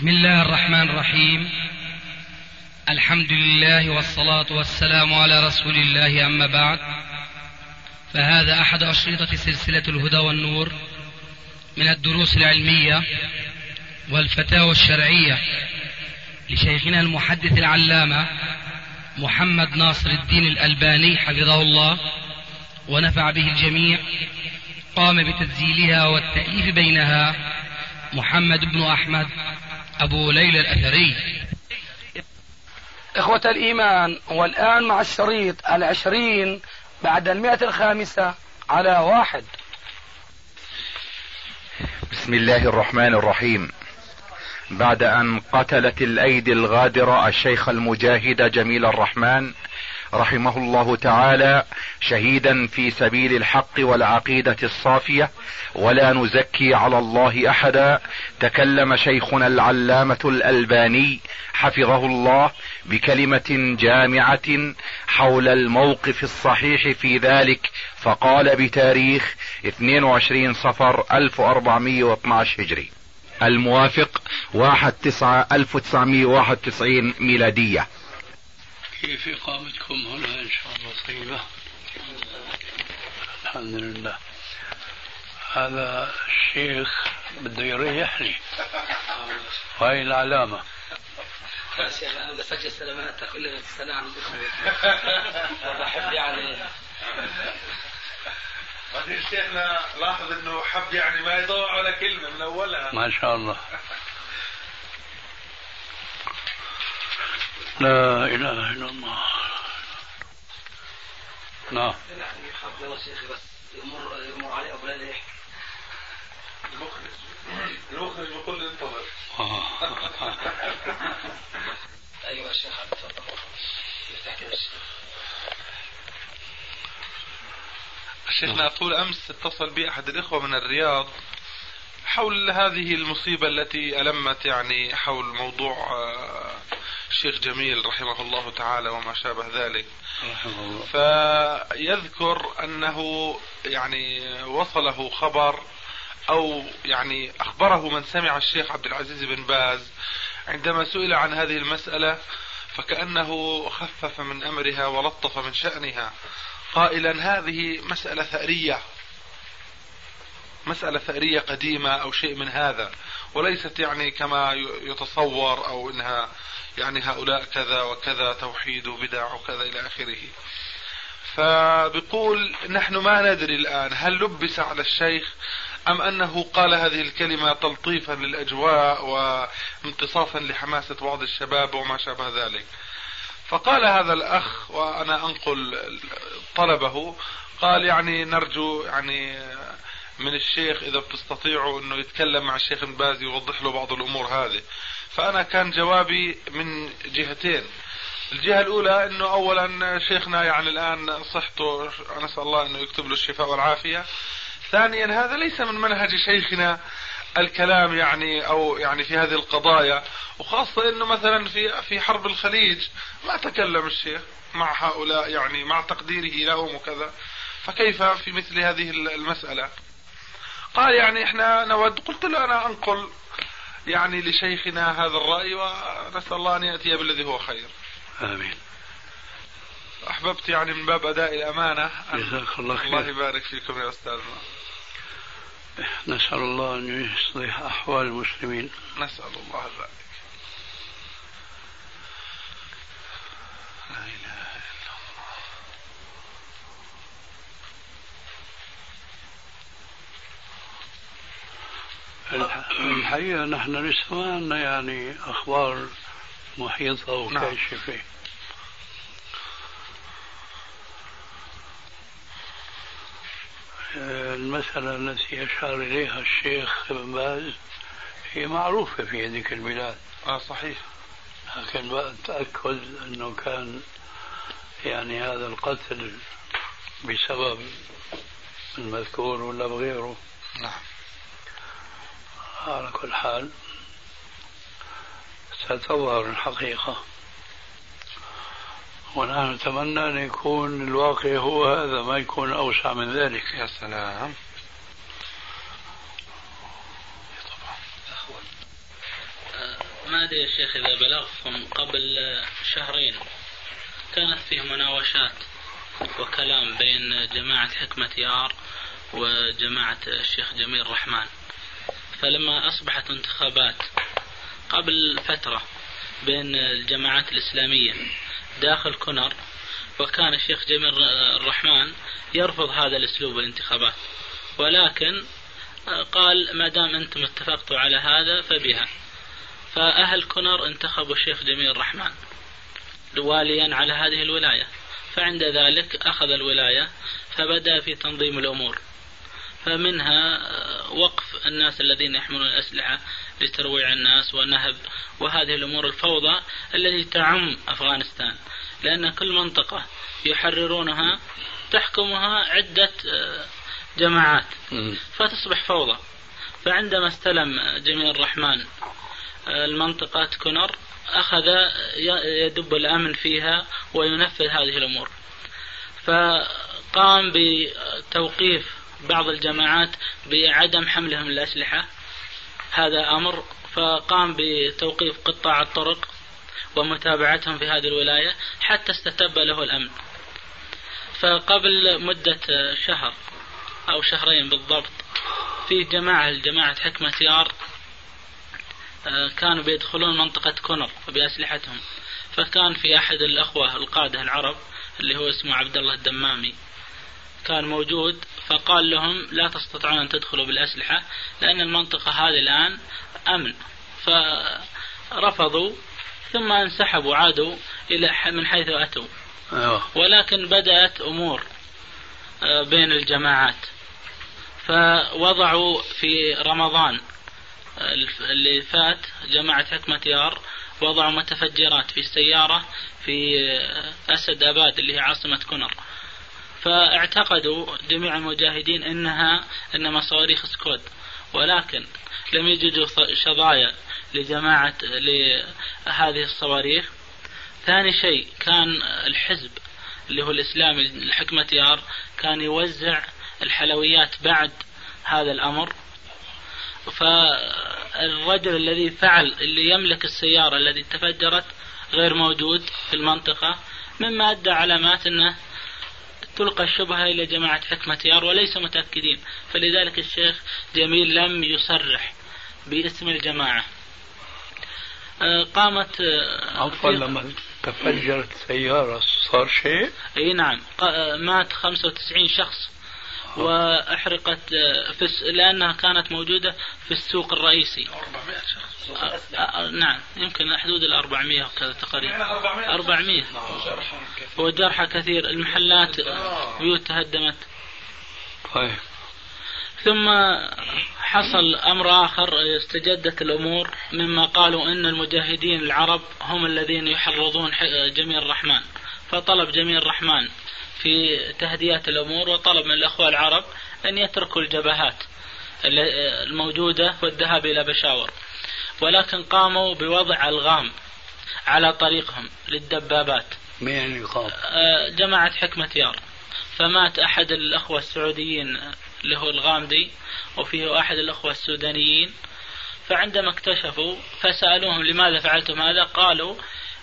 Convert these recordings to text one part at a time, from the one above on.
بسم الله الرحمن الرحيم. الحمد لله والصلاة والسلام على رسول الله، أما بعد، فهذا أحد أشرطة سلسلة الهدى والنور من الدروس العلمية والفتاوى الشرعية لشيخنا المحدث العلامة محمد ناصر الدين الألباني حفظه الله ونفع به الجميع. قام بتسجيلها والتأليف بينها محمد بن أحمد أبو ليلى الأثري. إخوة الإيمان، والآن مع الشريط 20 بعد 105 على 1. بسم الله الرحمن الرحيم. بعد أن قتلت الأيدي الغادرة الشيخ المجاهد جميل الرحمن رحمه الله تعالى شهيدا في سبيل الحق والعقيدة الصافية، ولا نزكي على الله أحدا، تكلم شيخنا العلامة الألباني حفظه الله بكلمة جامعة حول الموقف الصحيح في ذلك، فقال بتاريخ 22 صفر 1412 هجري الموافق 1/9/1991 ميلادية. كيف إقامتكم هنا؟ إن شاء الله طيبة، الحمد لله. هذا الشيخ بده يريحني، وهي العلامة. شيخ أنا بدي أسجل سلاماتك، كل السلام بحب يعني. بعدين شيخنا لاحظ انه حب يعني ما يضوع على كلمة من اولها. ما شاء الله، لا اله الا الله. نعم. يلا شيخي، بس يمر علي ابو ليلى يحكي. المخرج بكل انتظر. ايوه شيخ، تفضل. تحكي شيخنا طول امس اتصل بي احد الاخوة من الرياض حول هذه المصيبة التي ألمت، يعني حول موضوع الشيخ جميل رحمه الله تعالى وما شابه ذلك. فيذكر أنه يعني وصله خبر، أو يعني أخبره من سمع الشيخ عبد العزيز بن باز عندما سئل عن هذه المسألة، فكأنه خفف من أمرها ولطف من شأنها، قائلا هذه مسألة ثأرية قديمة أو شيء من هذا، وليست يعني كما يتصور، أو إنها يعني هؤلاء كذا وكذا توحيد وبدع وكذا إلى آخره. فبيقول نحن ما ندري الآن هل لبس على الشيخ أم أنه قال هذه الكلمة تلطيفا للأجواء وامتصاصا لحماسة بعض الشباب وما شابه ذلك. فقال هذا الأخ، وأنا أنقل طلبه، قال يعني نرجو يعني من الشيخ إذا بتستطيعوا أنه يتكلم مع الشيخ باز يوضح له بعض الأمور هذه. فأنا كان جوابي من جهتين. الجهة الأولى أنه أولا شيخنا يعني الآن صحته، نسأل الله أنه يكتب له الشفاء والعافية. ثانيا هذا ليس من منهج شيخنا الكلام يعني أو يعني في هذه القضايا، وخاصة أنه مثلا في حرب الخليج ما تكلم الشيخ مع هؤلاء يعني مع تقديره لهم وكذا، فكيف في مثل هذه المسألة؟ قال يعني احنا نود. قلت له انا انقل يعني لشيخنا هذا الرأي، ونسأل الله ان يأتي بالذي هو خير. آمين. احببت يعني من باب اداء الامانة. جزاك الله خير. الله يبارك فيكم يا استاذنا. نسأل الله ان يصلح احوال المسلمين. نسأل الله ذلك. لا اله الا الله. الحقيقة نحن لسه ما عندنا يعني أخبار محيطة وكاشفة. المسألة التي أشار إليها الشيخ ابن باز هي معروفة في هذيك البلاد. صحيح. لكن بقى أتأكد أنه كان يعني هذا القتل بسبب المذكور ولا بغيره. نعم. على كل حال ستظهر الحقيقة، ونحن نتمنى أن يكون الواقع هو هذا، ما يكون أوسع من ذلك. يا سلام. ما أدري يا شيخ إذا بلغكم قبل شهرين كانت فيه مناوشات وكلام بين جماعة حكمة يار وجماعة الشيخ جميل الرحمن. فلما أصبحت انتخابات قبل فترة بين الجماعات الإسلامية داخل كنر، وكان الشيخ جميل الرحمن يرفض هذا الأسلوب الانتخابات، ولكن قال ما دام أنتم اتفقتوا على هذا فبها. فأهل كنر انتخبوا الشيخ جميل الرحمن واليا على هذه الولاية، فعند ذلك أخذ الولاية فبدأ في تنظيم الأمور، فمنها وقف الناس الذين يحملون الأسلحة لترويع الناس ونهب وهذه الأمور الفوضى التي تعم أفغانستان، لأن كل منطقة يحررونها تحكمها عدة جماعات فتصبح فوضى. فعندما استلم جميل الرحمن المنطقة كنر أخذ يدب الأمن فيها وينفذ هذه الأمور، فقام بتوقيف بعض الجماعات بعدم حملهم الأسلحة، هذا أمر، فقام بتوقيف قطاع الطرق ومتابعتهم في هذه الولاية حتى استتب له الأمن. فقبل مدة شهر أو شهرين بالضبط في الجماعة حكمة يار كانوا بيدخلون منطقة كنر بأسلحتهم، فكان في أحد الأخوة القادة العرب اللي هو اسمه عبد الله الدمامي كان موجود، فقال لهم لا تستطيعون أن تدخلوا بالأسلحة لأن المنطقة هذه الآن أمن، فرفضوا ثم انسحبوا عادوا إلى من حيث أتوا. ولكن بدأت أمور بين الجماعات، فوضعوا في رمضان اللي فات جماعة حكمة يار وضعوا متفجرات في السيارة في أسد أباد اللي هي عاصمة كنر، فاعتقدوا جميع المجاهدين إنما صواريخ سكود، ولكن لم يجدوا شظايا لجماعة لهذه الصواريخ. ثاني شيء كان الحزب اللي هو الإسلامي الحكمة يار كان يوزع الحلويات بعد هذا الأمر، فالرجل الذي فعل اللي يملك السيارة التي تفجرت غير موجود في المنطقة، مما أدى علامات أنه تلقى الشبهة إلى جماعة حكمة يار وليس متأكدين، فلذلك الشيخ جميل لم يصرح باسم الجماعة. قامت عفوا لما تفجرت سيارة صار شيء؟ اي نعم، مات 95 شخص وأحرقت لأنها كانت موجودة في السوق الرئيسي. 400 شخص. نعم يمكن حدود 400 وكذا تقريبا 400 وجرحى كثير، المحلات بيوت تهدمت. طيب. ثم حصل أمر آخر، استجدت الأمور مما قالوا إن المجاهدين العرب هم الذين يحرضون جميل الرحمن، فطلب جميل الرحمن في تهدئة الأمور وطلب من الأخوة العرب أن يتركوا الجبهات الموجودة والذهاب إلى بشاور، ولكن قاموا بوضع ألغام على طريقهم للدبابات. مين يقام؟ جماعة حكمة يار. فمات أحد الأخوة السعوديين اللي هو الغامدي، وفيه أحد الأخوة السودانيين، فعندما اكتشفوا فسألوهم لماذا فعلتم هذا، قالوا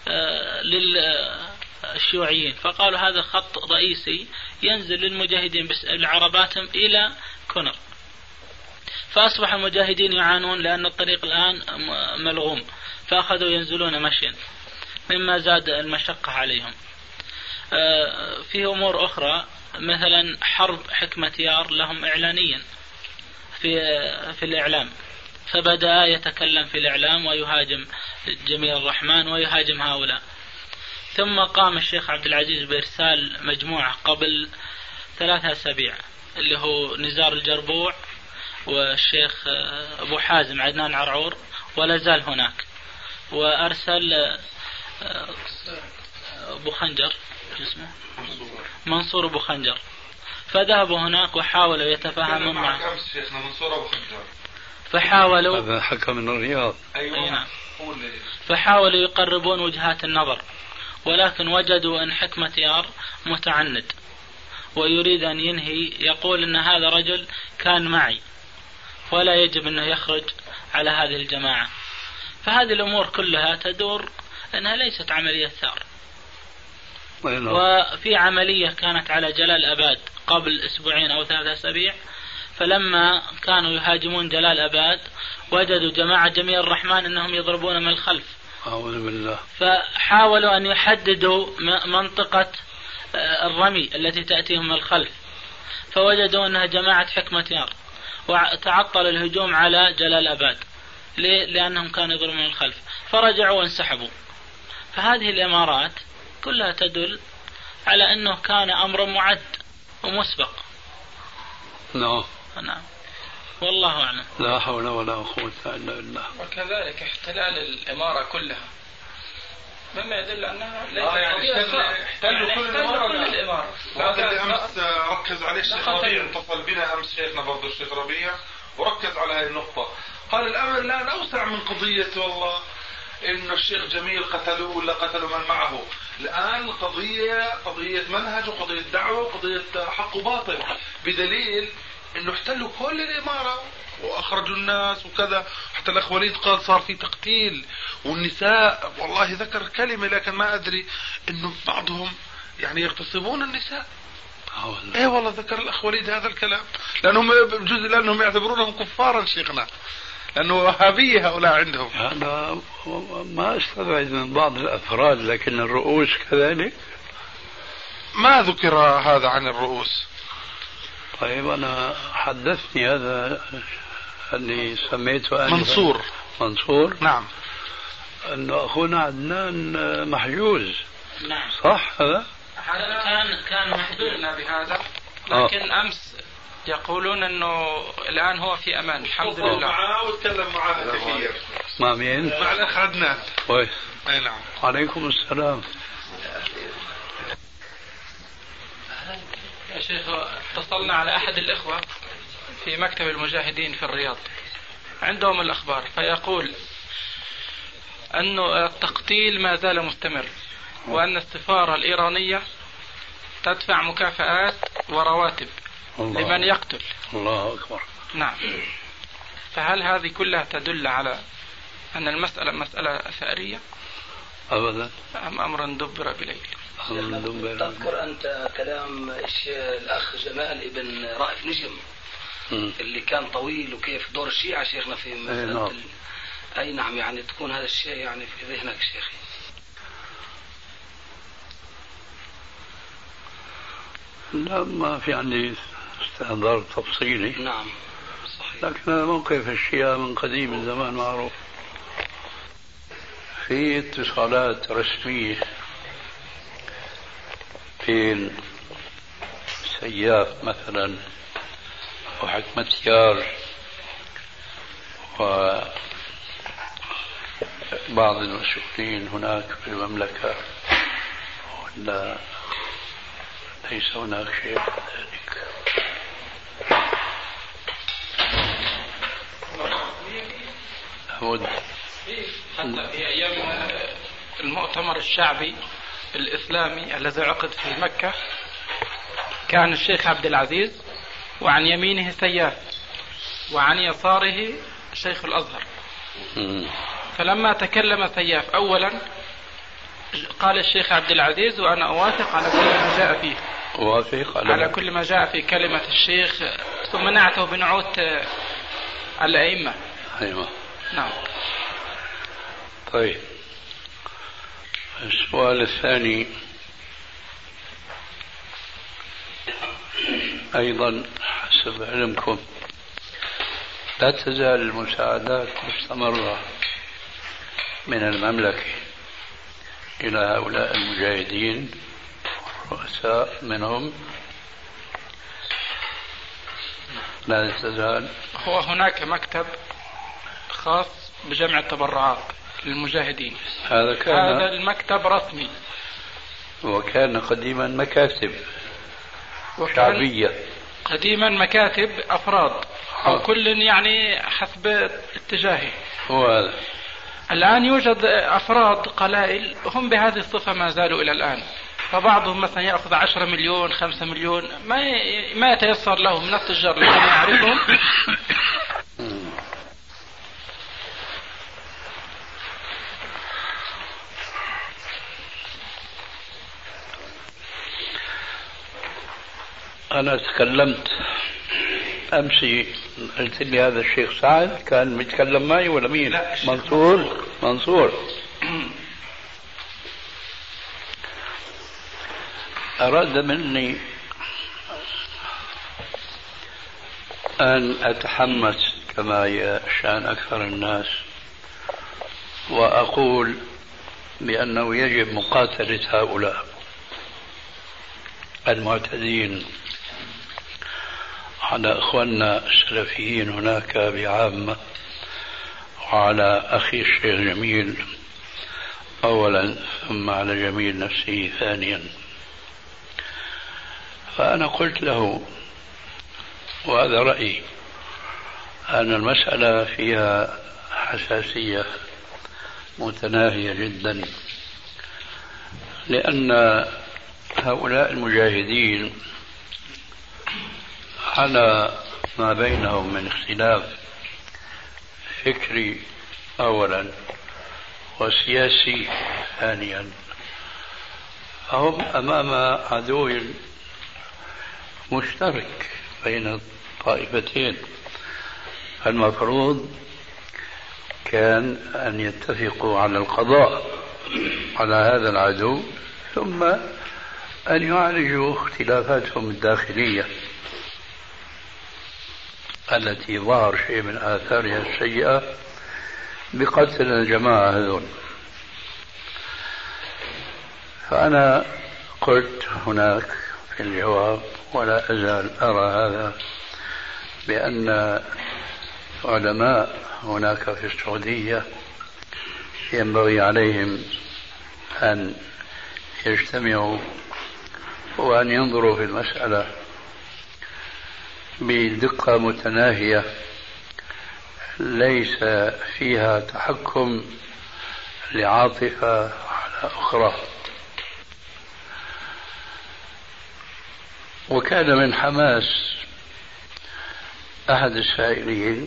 للشيوعيين، فقالوا هذا خط رئيسي ينزل للمجاهدين بعرباتهم إلى كنر، فأصبح المجاهدين يعانون لأن الطريق الآن ملغوم، فأخذوا ينزلون مشيا مما زاد المشقة عليهم. في أمور أخرى مثلا حرب حكمة يار لهم إعلانيا في الإعلام، فبدأ يتكلم في الإعلام ويهاجم جميل الرحمن ويهاجم هؤلاء. ثم قام الشيخ عبد العزيز بإرسال مجموعة قبل 3 أسابيع اللي هو نزار الجربوع والشيخ أبو حازم عدنان عرعور ولا زال هناك، وأرسل أبو خنجر اسمه منصور أبو خنجر، فذهبوا هناك وحاولوا يتفاهموا معه. فحاولوا هذا حكى من الرياض. أيوة. فحاولوا يقربون وجهات النظر، ولكن وجدوا أن حكمة يار متعند ويريد أن ينهي، يقول أن هذا رجل كان معي ولا يجب أنه يخرج على هذه الجماعة. فهذه الأمور كلها تدور أنها ليست عملية ثار. وفي عملية كانت على جلال أباد قبل 2 أو 3 أسابيع، فلما كانوا يهاجمون جلال أباد وجدوا جماعة جميل الرحمن أنهم يضربون من الخلف، أعوذ بالله. فحاولوا أن يحددوا منطقة الرمي التي تأتيهم من الخلف، فوجدوا أنها جماعة حكمة يار، وتعطل الهجوم على جلال أباد. ليه؟ لأنهم كانوا يضربون من الخلف، فرجعوا وانسحبوا. فهذه الإمارات كلها تدل على أنه كان أمر معد ومسبق. نعم والله أعلم. لا حول ولا قوة إلا بالله. وكذلك احتلال الإمارة كلها مما يدل أنها احتلوا كل الإمارة. هذا اللي أمس ركز عليه الشيخ ربيع، اتصل بنا أمس شيخنا برضو الشيخ ربيع وركز على هذه النقطة. قال الأمر الآن أوسع من قضية والله إنه الشيخ جميل قتلوه ولا قتلوا من معه. الآن قضية منهج وقضية دعوة وقضية حق وباطل، بدليل إنه احتلوا كل الإمارة وأخرجوا الناس وكذا. حتى الأخ وليد قال صار في تقتيل والنساء، والله ذكر كلمة لكن ما أدري إنه بعضهم يعني يغتصبون النساء. ايه والله ذكر الأخ وليد هذا الكلام، لأنهم بجزء لأنهم يعتبرونهم كفارا شيخنا، لأنه وهابية هؤلاء عندهم. هذا ما استبعد من بعض الأفراد، لكن الرؤوس كذلك ما ذكر هذا عن الرؤوس. طيب أنا حدثني هذا اللي سميته منصور. نعم. أنه أخونا عدنان محجوز. نعم صح هذا؟ كان محجوزنا بهذا، لكن أمس يقولون أنه الآن هو في أمان الحمد لله. معاه وتكلم معاه كثير. مع مين؟ مع الأخ عدنان. كويس. أي نعم. عليكم السلام. يا شيخ اتصلنا على أحد الإخوة في مكتب المجاهدين في الرياض، عندهم الأخبار، فيقول أنه التقتيل ما زال مستمر، وأن السفارة الإيرانية تدفع مكافآت ورواتب لمن يقتل. الله أكبر. نعم. فهل هذه كلها تدل على أن المسألة مسألة ثأرية أبدا أم أمر دبر بليل؟ تذكر أنت كلام الأخ جمال ابن رائف نجم اللي كان طويل، وكيف دور الشيعة شيخنا في مسألة أي نعم، يعني تكون هذا الشيء يعني في ذهنك شيخي. لا ما في عندي استحضار تفصيلي. نعم صحيح. لكن موقف الشيعة من قديم الزمان معروف. في اتصالات رسمية بين سياف مثلا وحكمة يار وبعض المسؤولين هناك في المملكة، ولا ليس هناك شيء من ذلك؟ حتى في أيام المؤتمر الشعبي الإسلامي الذي عقد في مكة كان الشيخ عبد العزيز وعن يمينه سياف وعن يساره شيخ الأزهر. فلما تكلم سياف أولا قال الشيخ عبد العزيز وأنا أوافق على كل ما جاء فيه، على كل ما جاء في كلمة الشيخ، ثم نعته بنعوت الأئمة. أيوة. نعم. طيب السؤال الثاني أيضا حسب علمكم لا تزال المساعدات مستمرة من المملكة إلى هؤلاء المجاهدين والرؤساء منهم؟ لا تزال. هو هناك مكتب خاص بجمع التبرعات للمجاهدين، هذا المكتب رسمي، وكان قديما مكاتب شعبية، قديما مكاتب أفراد أو كل يعني حسب اتجاهه. وهذا الآن يوجد أفراد قلائل هم بهذه الصفة ما زالوا إلى الآن، فبعضهم مثلا يأخذ 10 مليون 5 مليون ما يتيسر له من التجار الذين يعرفهم. أنا تكلمت أمس، قلت لي هذا الشيخ سعد كان متكلم معي ولا مين؟ لا، منصور. أراد مني أن أتحمس كما يشأن أكثر الناس وأقول بأنه يجب مقاتلة هؤلاء المعتدين على إخواننا السلفيين هناك بعامة، وعلى أخي الشيخ جميل أولا، ثم على جميل نفسه ثانيا. فأنا قلت له، وهذا رأيي، أن المسألة فيها حساسية متناهية جدا، لأن هؤلاء المجاهدين على ما بينهم من اختلاف فكري أولا وسياسي ثانيا، فهم أمام عدو مشترك بين الطائفتين. المفروض كان أن يتفقوا على القضاء على هذا العدو، ثم أن يعالجوا اختلافاتهم الداخلية التي ظهر شيء من آثارها السيئة بقتل الجماعة هذول. فأنا قلت هناك في الجواب، ولا أزال أرى هذا، بأن علماء هناك في السعودية ينبغي عليهم أن يجتمعوا وأن ينظروا في المسألة بدقة متناهية ليس فيها تحكم لعاطفة على أخرى. وكان من حماس أحد السائلين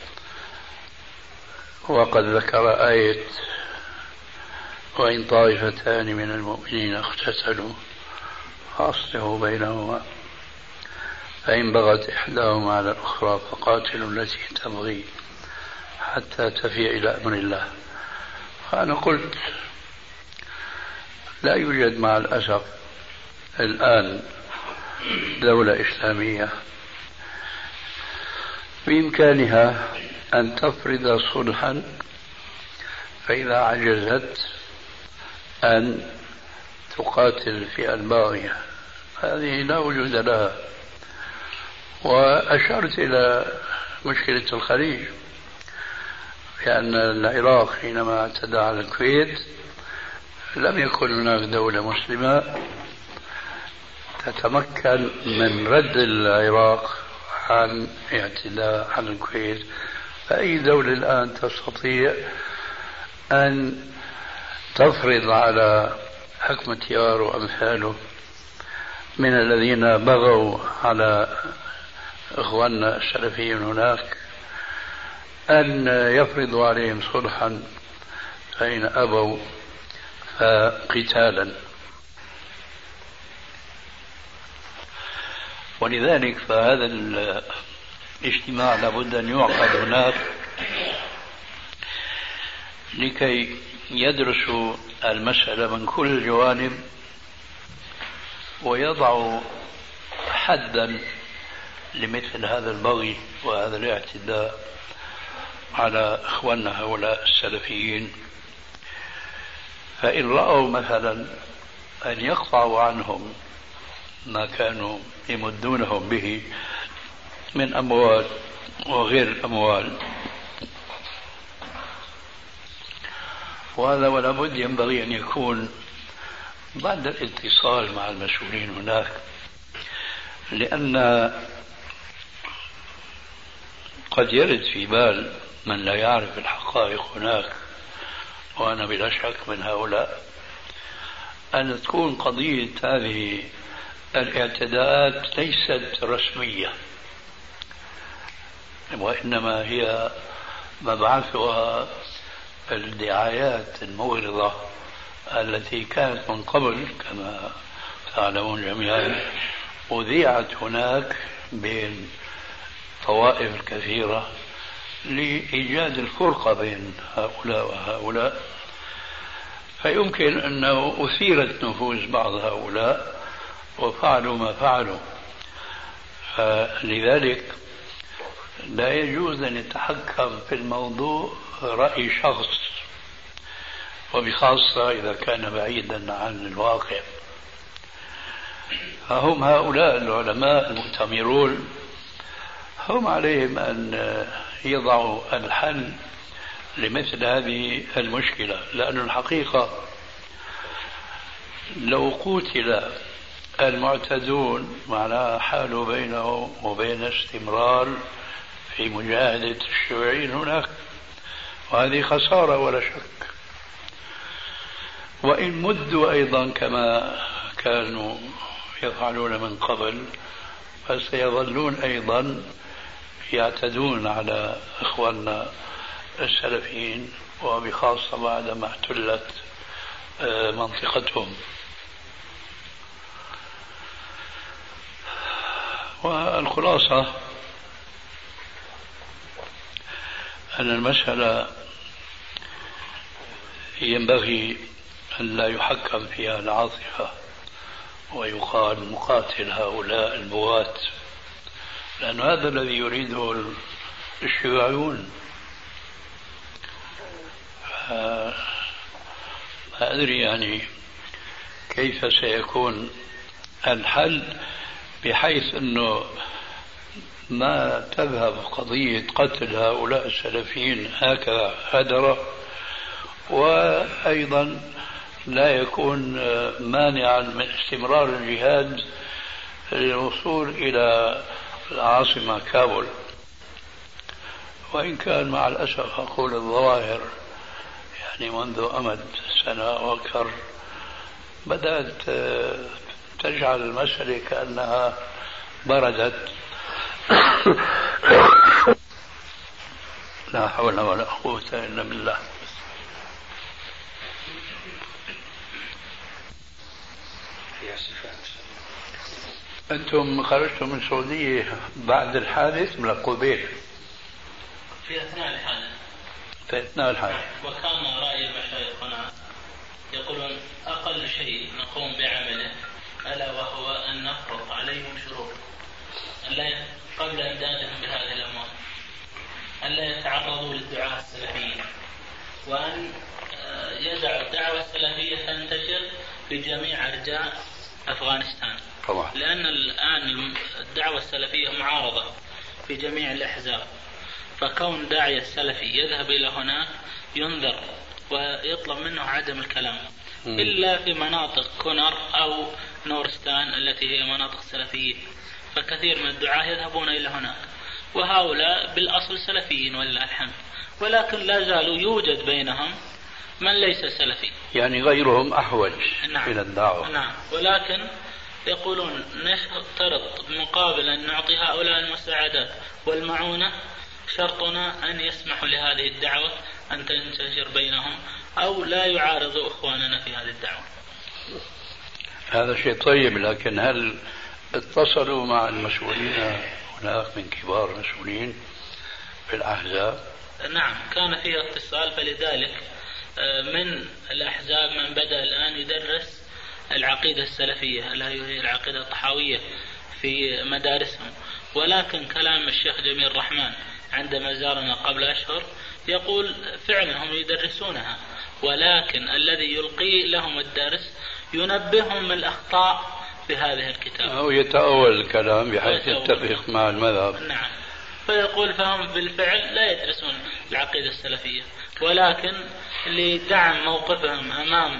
وقد ذكر آية وإن طائفتان من المؤمنين اقتتلوا فأصلحوا بينهما فإن بغت إحداهما على الأخرى فقاتلوا التي تبغي حتى تفيء إلى أمر الله. فأنا قلت لا يوجد مع الأسف الآن دولة إسلامية بإمكانها أن تفرض صلحا فإذا عجزت أن تقاتل الفئة الباغية، هذه لا وجود لها. وأشرت إلى مشكلة الخليج، لأن العراق حينما اعتدى على الكويت لم يكن هناك دولة مسلمة تتمكن من رد العراق عن اعتداء على الكويت. فأي دولة الآن تستطيع أن تفرض على حكم تيار وأمثاله من الذين بغوا على إخواننا السلفيين هناك أن يفرضوا عليهم صلحا، فإن أبوا فقتالا. ولذلك فهذا الاجتماع لابد أن يعقد هناك لكي يدرسوا المسألة من كل الجوانب ويضعوا حدا لمثل هذا البغي وهذا الاعتداء على إخواننا هؤلاء السلفيين. فإن رأوا مثلا أن يقطعوا عنهم ما كانوا يمدونهم به من أموال وغير الأموال، وهذا ولا بد ينبغي أن يكون بعد الاتصال مع المسؤولين هناك، لأن قد يرد في بال من لا يعرف الحقائق هناك، وأنا بلا شك من هؤلاء، أن تكون قضية هذه الاعتداءات ليست رسمية، وإنما هي مبعثها الدعايات المغرضة التي كانت من قبل كما تعلمون جميعا، أذيعت هناك بين طوائف كثيرة لإيجاد الفرقة بين هؤلاء وهؤلاء، فيمكن أنه أثيرت نفوس بعض هؤلاء وفعلوا ما فعلوا. لذلك لا يجوز أن يتحكم في الموضوع رأي شخص، وبخاصة إذا كان بعيدا عن الواقع. فهم هؤلاء العلماء المؤتمرون هم عليهم أن يضعوا الحل لمثل هذه المشكلة، لأن الحقيقة لو قتل المعتدون معناها حال بينه وبين استمرار في مجاهدة الشيوعيين هناك، وهذه خسارة ولا شك. وإن مدوا أيضا كما كانوا يفعلون من قبل فسيظلون أيضا يعتدون على إخواننا السلفيين، وبخاصة بعدما احتلت منطقتهم. والخلاصة أن المسألة ينبغي أن لا يحكم فيها العاطفة ويقال مقاتل هؤلاء البغاة، لأن هذا الذي يريده الشيوعيون. ما أدري يعني كيف سيكون الحل بحيث أنه ما تذهب قضية قتل هؤلاء السلفيين هكذا هدرة، وأيضا لا يكون مانعا من استمرار الجهاد للوصول إلى العاصمة كابول. وإن كان مع الأسف أقول الظواهر يعني منذ أمد سنة وأكثر بدأت تجعل المسألة كأنها بردت. لا حول ولا قوة إلا بالله. أنتم خرجتم من السعودية بعد الحادث من قبيل؟ في أثناء الحادث. في أثناء الحادث. وكان رأي المشايخ هنا يقولون أقل شيء نقوم بعمله ألا وهو أن نفرض عليهم شروط قبل إمدادهم بهذه الأموال، ألا يتعرضوا للدعاة السلفيين، وأن يدعوا الدعوة السلفية تنتشر في جميع أرجاء أفغانستان طبعا. لأن الآن الدعوة السلفية معارضة في جميع الأحزاب، فكون داعية السلفي يذهب إلى هناك ينذر ويطلب منه عدم الكلام إلا في مناطق كونر أو نورستان التي هي مناطق سلفية، فكثير من الدعاة يذهبون إلى هناك، وهؤلاء بالأصل سلفيين ولله الحمد، ولكن لا زالوا يوجد بينهم من ليس سلفي، يعني غيرهم أحوج إلى الدعوة. نعم، ولكن يقولون نشترط مقابل أن نعطي هؤلاء المساعدات والمعونة شرطنا أن يسمحوا لهذه الدعوة أن تنتشر بينهم أو لا يعارضوا إخواننا في هذه الدعوة. هذا شيء طيب، لكن هل اتصلوا مع المسؤولين هناك من كبار المسؤولين في الأحزاب؟ نعم، كان فيه اتصال، فلذلك من الأحزاب من بدأ الآن يدرس العقيدة السلفية التي هي العقيدة الطحاوية في مدارسهم، ولكن كلام الشيخ جميل الرحمن عندما زارنا قبل أشهر يقول فعلا هم يدرسونها، ولكن الذي يلقي لهم الدرس ينبههم من الأخطاء في هذه الكتاب أو يتأول الكلام بحيث يتفق مع المذهب. نعم، فيقول فهم بالفعل لا يدرسون العقيدة السلفية، ولكن لدعم موقفهم أمام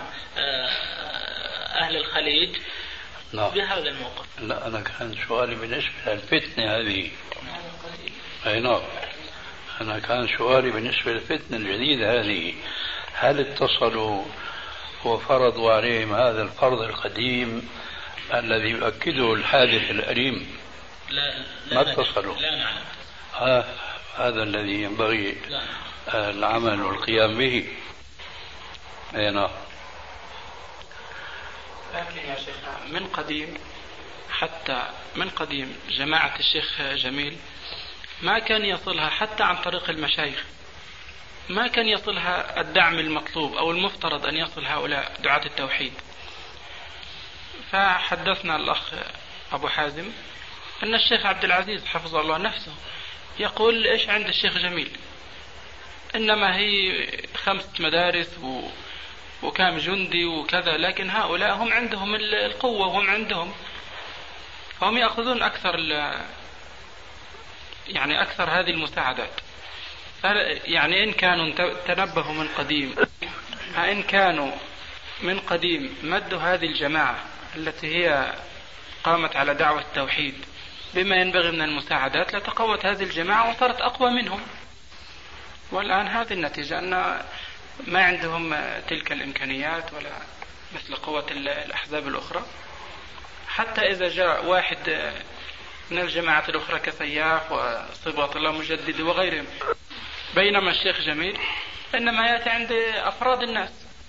أهل الخليج بهذا الموقف. لا، أنا كان سؤالي بالنسبة للفتنة هذه. أي نعم، أنا كان سؤالي بالنسبة للفتنة الجديدة هذه، هل اتصلوا وفرضوا عليهم هذا الفرض القديم الذي يؤكده الحادث الأليم؟ لا ما اتصلوا. لا نعلم. هذا الذي ينبغي العمل والقيام به. أي نعم. لكن يا شيخ من قديم حتى من قديم جماعة الشيخ جميل ما كان يصلها حتى عن طريق المشايخ، ما كان يصلها الدعم المطلوب أو المفترض أن يصل هؤلاء دعاة التوحيد. فحدثنا الأخ أبو حازم أن الشيخ عبد العزيز حفظه الله نفسه يقول إيش عند الشيخ جميل، إنما هي 5 مدارس وكام جندي وكذا، لكن هؤلاء هم عندهم القوة وهم عندهم، فهم يأخذون أكثر يعني أكثر هذه المساعدات. يعني إن كانوا تنبهوا من قديم، إن كانوا من قديم مدوا هذه الجماعة التي هي قامت على دعوة التوحيد بما ينبغي من المساعدات لتقوت هذه الجماعة وصارت أقوى منهم. والآن هذه النتيجة أن ما عندهم تلك الإمكانيات ولا مثل قوة الأحزاب الأخرى. حتى إذا جاء واحد من الجماعات الأخرى كسياف وصبغة الله مجدد وغيرهم، بينما الشيخ جميل إنما يأتي عند أفراد الناس.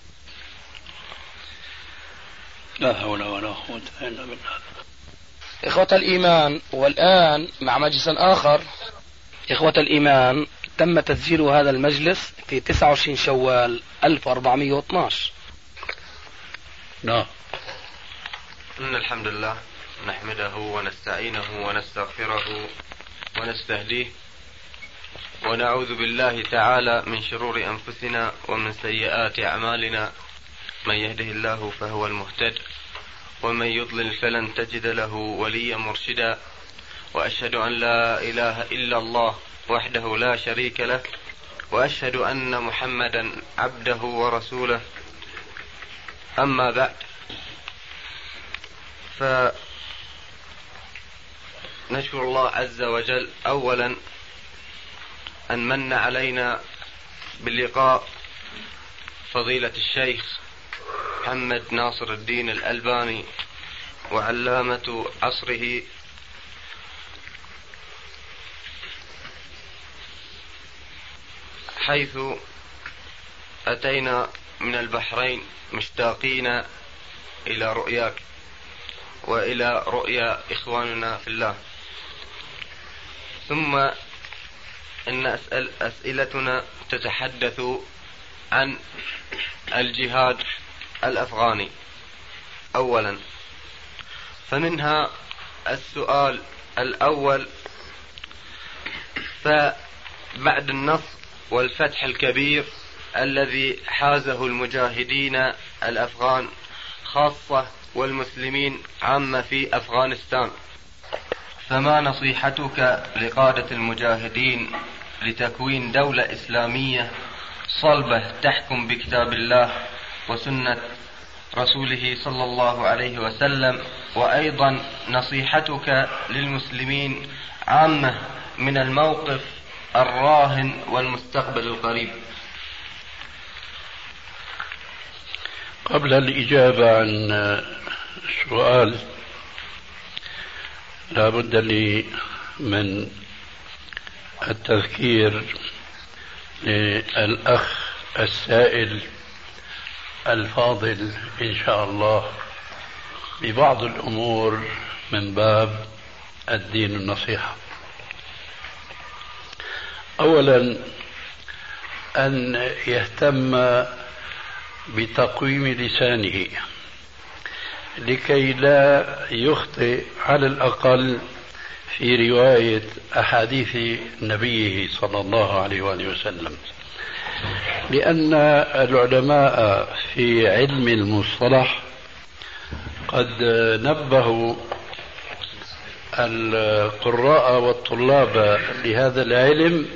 لا حول ولا قوة إلا بالله. إخوة الإيمان، والآن مع مجلس آخر. إخوة الإيمان، تم تسجيل هذا المجلس في 29 شوال 1412. نعم. إن الحمد لله نحمده ونستعينه ونستغفره ونستهديه ونعوذ بالله تعالى من شرور أنفسنا ومن سيئات أعمالنا، من يهده الله فهو المهتد ومن يضلل فلن تجد له وليا مرشدا، وأشهد أن لا إله إلا الله وحده لا شريك له، وأشهد أن محمدا عبده ورسوله. أما بعد، فنشكر الله عز وجل أولا أن من علينا بلقاء فضيلة الشيخ محمد ناصر الدين الألباني وعلامة عصره، حيث أتينا من البحرين مشتاقين إلى رؤياك وإلى رؤيا إخواننا في الله. ثم إن أسئلتنا تتحدث عن الجهاد الأفغاني أولا، فمنها السؤال الأول: فبعد النصر والفتح الكبير الذي حازه المجاهدين الأفغان خاصة والمسلمين عامة في أفغانستان، فما نصيحتك لقادة المجاهدين لتكوين دولة إسلامية صلبة تحكم بكتاب الله وسنة رسوله صلى الله عليه وسلم، وأيضا نصيحتك للمسلمين عامة من الموقف الراهن والمستقبل القريب؟ قبل الإجابة عن السؤال لا بد لي من التذكير للأخ السائل الفاضل إن شاء الله ببعض الأمور من باب الدين النصيحة. أولا أن يهتم بتقويم لسانه لكي لا يخطئ على الأقل في رواية أحاديث نبيه صلى الله عليه وآله وسلم، لأن العلماء في علم المصطلح قد نبهوا القراء والطلاب لهذا العلم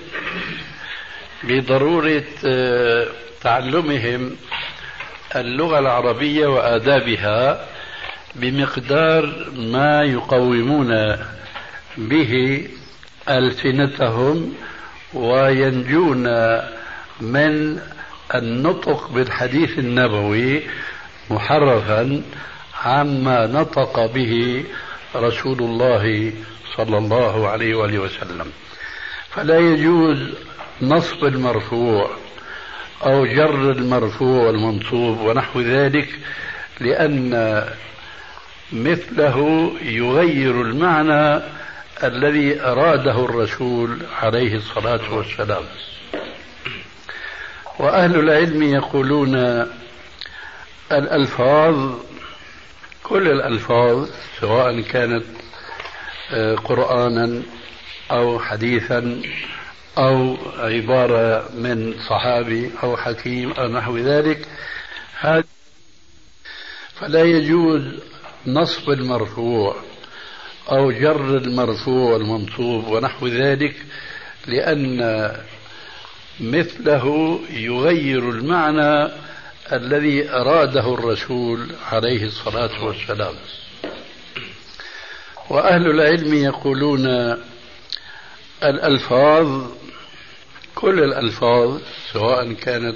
بضرورة تعلمهم اللغة العربية وآدابها بمقدار ما يقومون به ألسنتهم وينجون من النطق بالحديث النبوي محرفا عما نطق به رسول الله صلى الله عليه وآله وسلم. فلا يجوز نصب المرفوع أو جر المرفوع والمنصوب ونحو ذلك، لأن مثله يغير المعنى الذي أراده الرسول عليه الصلاة والسلام. وأهل العلم يقولون الألفاظ، كل الألفاظ سواء كانت قرآنا أو حديثا أو عبارة من صحابي أو حكيم أو نحو ذلك، فلا يجوز نصب المرفوع أو جر المرفوع المنصوب ونحو ذلك، لأن مثله يغير المعنى الذي أراده الرسول عليه الصلاة والسلام. وأهل العلم يقولون الألفاظ، كل الألفاظ سواء كانت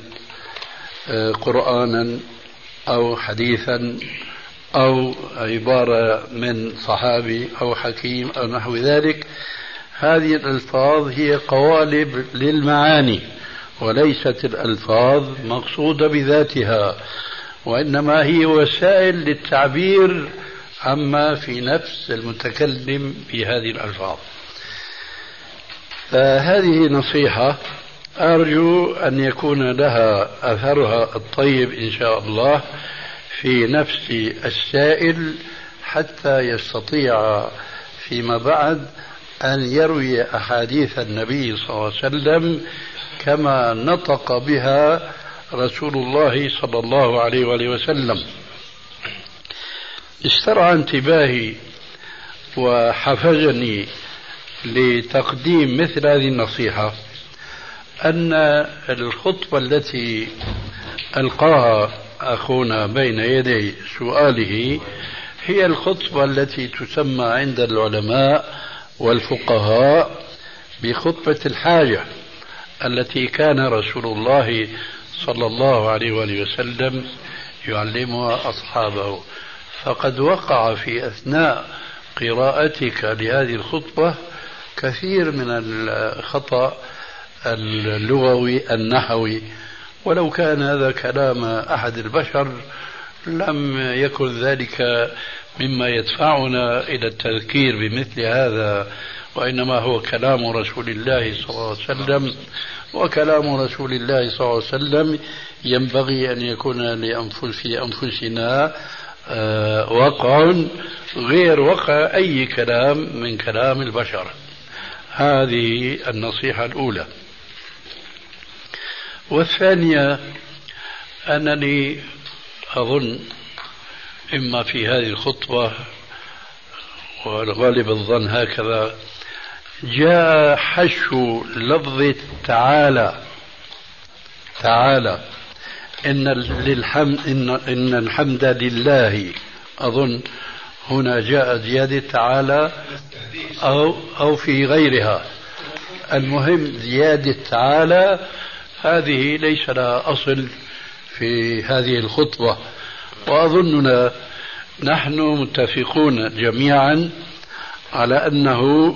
قرآنا أو حديثا أو عبارة من صحابي أو حكيم أو نحو ذلك، هذه الألفاظ هي قوالب للمعاني، وليست الألفاظ مقصودة بذاتها، وإنما هي وسائل للتعبير عما في نفس المتكلم بهذه الألفاظ. فهذه نصيحة أرجو أن يكون لها أثرها الطيب إن شاء الله في نفس السائل، حتى يستطيع فيما بعد أن يروي أحاديث النبي صلى الله عليه وسلم كما نطق بها رسول الله صلى الله عليه وآله وسلم. استرعى انتباهي وحفزني لتقديم مثل هذه النصيحة أن الخطبة التي ألقاها أخونا بين يدي سؤاله هي الخطبة التي تسمى عند العلماء والفقهاء بخطبة الحاجة، التي كان رسول الله صلى الله عليه وآله وسلم يعلمها أصحابه. فقد وقع في أثناء قراءتك لهذه الخطبة كثير من الخطأ اللغوي النحوي، ولو كان هذا كلام أحد البشر لم يكن ذلك مما يدفعنا إلى التذكير بمثل هذا، وإنما هو كلام رسول الله صلى الله عليه وسلم، وكلام رسول الله صلى الله عليه وسلم ينبغي أن يكون في أنفسنا وقع غير وقع أي كلام من كلام البشر. هذه النصيحة الأولى. والثانية أنني أظن إما في هذه الخطبة والغالب الظن هكذا جاء حشو لفظ تعالى إن الحمد لله. أظن هنا جاء زيادة تعالى أو في غيرها، المهم زيادة تعالى هذه ليس لها أصل في هذه الخطبة، وأظننا نحن متفقون جميعا على أنه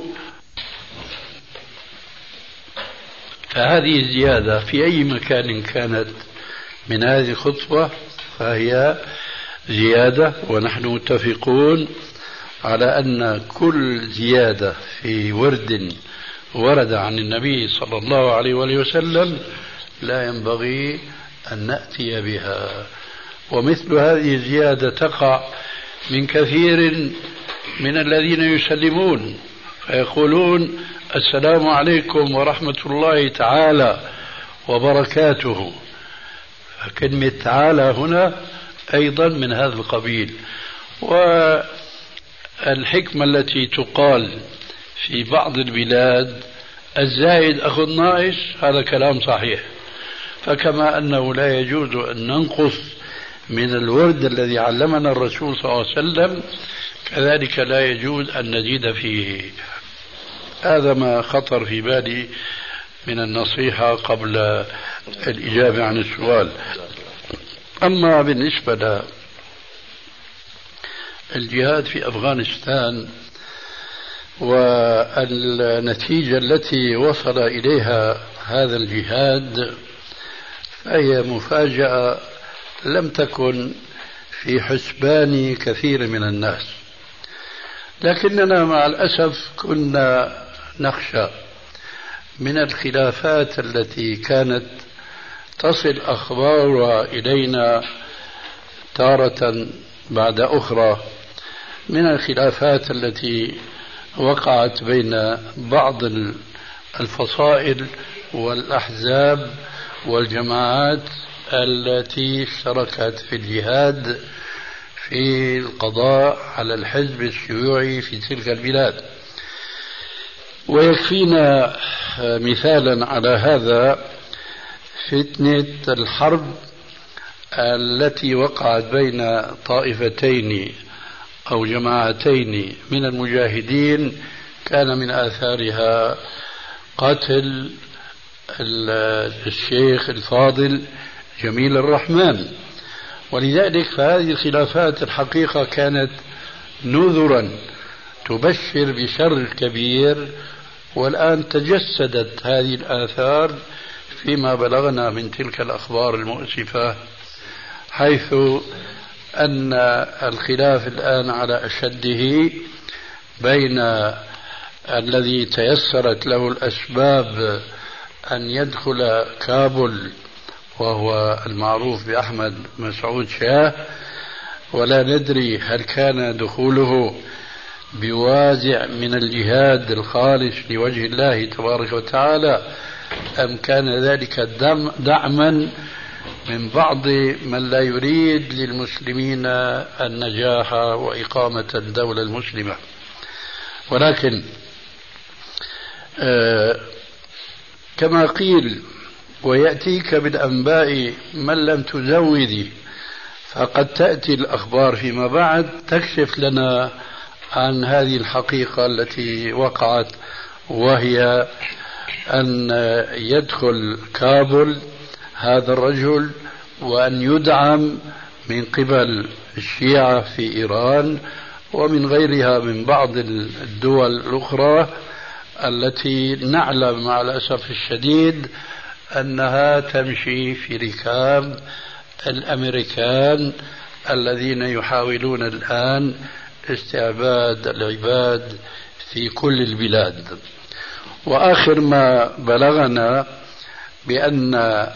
فهذه الزيادة في أي مكان كانت من هذه الخطبة فهي زيادة، ونحن متفقون على أن كل زيادة في ورد عن النبي صلى الله عليه وآله وسلم لا ينبغي أن نأتي بها. ومثل هذه الزيادة تقع من كثير من الذين يسلمون فيقولون السلام عليكم ورحمة الله تعالى وبركاته. كلمة تعالى هنا أيضا من هذا القبيل. والحكمة التي تقال في بعض البلاد الزائد أخو الناقص هذا كلام صحيح، فكما أنه لا يجوز أن ننقص من الورد الذي علمنا الرسول صلى الله عليه وسلم كذلك لا يجوز أن نزيد فيه. هذا ما خطر في بالي من النصيحة قبل الإجابة عن السؤال. أما بالنسبة للجهاد في أفغانستان والنتيجة التي وصل إليها هذا الجهاد فهي مفاجأة لم تكن في حسبان كثير من الناس، لكننا مع الأسف كنا نخشى من الخلافات التي كانت تصل أخبارها إلينا تارة بعد أخرى، من الخلافات التي وقعت بين بعض الفصائل والأحزاب والجماعات التي اشتركت في الجهاد في القضاء على الحزب الشيوعي في تلك البلاد. ويكفينا مثالا على هذا فتنة الحرب التي وقعت بين طائفتين أو جماعتين من المجاهدين، كان من آثارها قتل الشيخ الفاضل جميل الرحمن. ولذلك فهذه الخلافات الحقيقة كانت نذرا تبشر بشر كبير، والآن تجسدت هذه الآثار فيما بلغنا من تلك الأخبار المؤسفة، حيث أن الخلاف الآن على أشده بين الذي تيسرت له الأسباب أن يدخل كابول وهو المعروف بأحمد مسعود شاه، ولا ندري هل كان دخوله بوازع من الجهاد الخالص لوجه الله تبارك وتعالى أم كان ذلك دعما من بعض من لا يريد للمسلمين النجاح وإقامة الدولة المسلمة. ولكن كما قيل ويأتيك بالأنباء من لم تزودي، فقد تأتي الأخبار فيما بعد تكشف لنا عن هذه الحقيقة التي وقعت، وهي أن يدخل كابول هذا الرجل وأن يدعم من قبل الشيعة في إيران ومن غيرها من بعض الدول الأخرى التي نعلم مع الأسف الشديد أنها تمشي في ركاب الأمريكان الذين يحاولون الآن استعباد العباد في كل البلاد. وآخر ما بلغنا بأن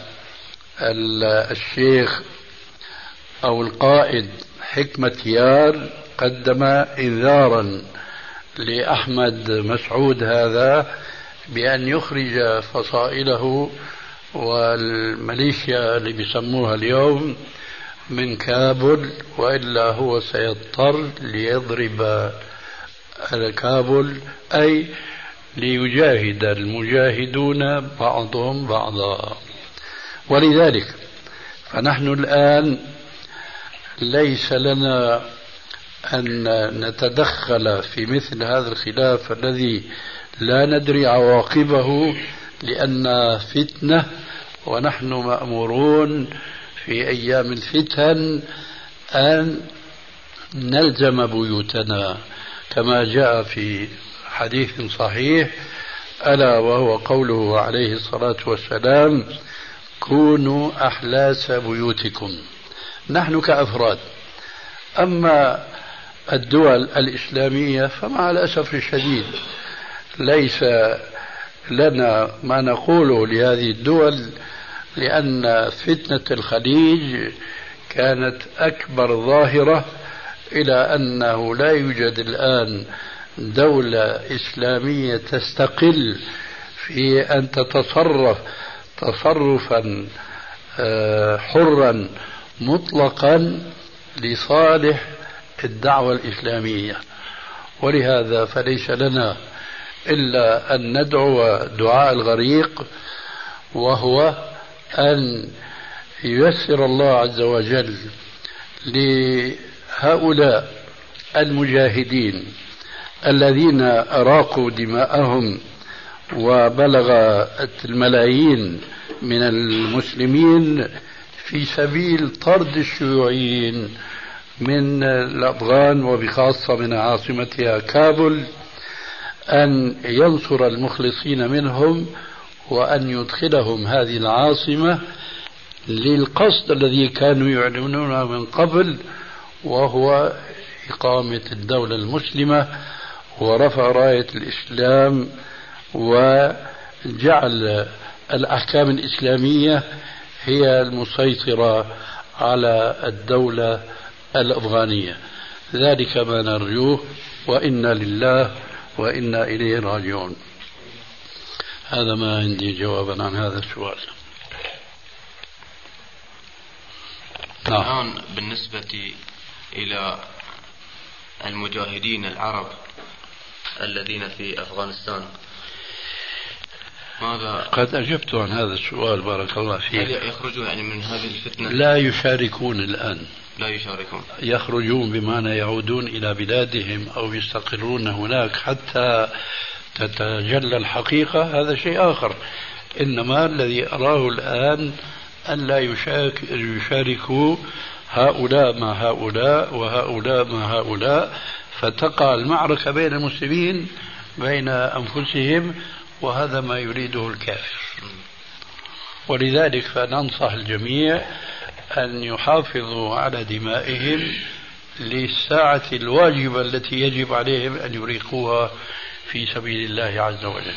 الشيخ أو القائد حكمة يار قدم إنذارا لأحمد مسعود هذا بأن يخرج فصائله والميليشيا اللي بيسموها اليوم من كابول، وإلا هو سيضطر ليضرب كابول، أي ليجاهد المجاهدون بعضهم بعضا. ولذلك فنحن الآن ليس لنا أن نتدخل في مثل هذا الخلاف الذي لا ندري عواقبه، لأن فتنة ونحن مأمورون في أيام الفتن أن نلزم بيوتنا كما جاء في حديث صحيح، ألا وهو قوله عليه الصلاة والسلام: كونوا أحلاس بيوتكم. نحن كأفراد. أما الدول الإسلامية فمع الأسف الشديد ليس لنا ما نقوله لهذه الدول، لأن فتنة الخليج كانت أكبر ظاهرة، إلى أنه لا يوجد الآن دولة إسلامية تستقل في أن تتصرف تصرفا حرا مطلقا لصالح الدعوة الإسلامية. ولهذا فليس لنا إلا أن ندعو دعاء الغريق، وهو أن ييسر الله عز وجل لهؤلاء المجاهدين الذين أراقوا دماءهم وبلغت الملايين من المسلمين في سبيل طرد الشيوعيين من الأفغان وبخاصة من عاصمتها كابول، أن ينصر المخلصين منهم وأن يدخلهم هذه العاصمة للقصد الذي كانوا يعلنونه من قبل، وهو إقامة الدولة المسلمة ورفع راية الإسلام وجعل الأحكام الإسلامية هي المسيطرة على الدولة الأفغانية. ذلك ما نرجوه، وإنا لله وإنا إليه راجعون. هذا ما عندي جوابا عن هذا السؤال. الآن بالنسبة إلى المجاهدين العرب الذين في أفغانستان، ماذا قد أجبت عن هذا السؤال بارك الله فيك. هل يخرجون يعني من هذه الفتنة؟ لا يشاركون الآن. لا يشاركون. يخرجون بمعنى يعودون إلى بلادهم أو يستقرون هناك حتى تتجلى الحقيقة، هذا شيء آخر. إنما الذي أراه الآن أن لا يشاركوا هؤلاء مع هؤلاء وهؤلاء مع هؤلاء، فتقع المعركة بين المسلمين بين أنفسهم، وهذا ما يريده الكافر. ولذلك فننصح الجميع أن يحافظوا على دمائهم للساعة الواجبة التي يجب عليهم أن يريقوها في سبيل الله عز وجل.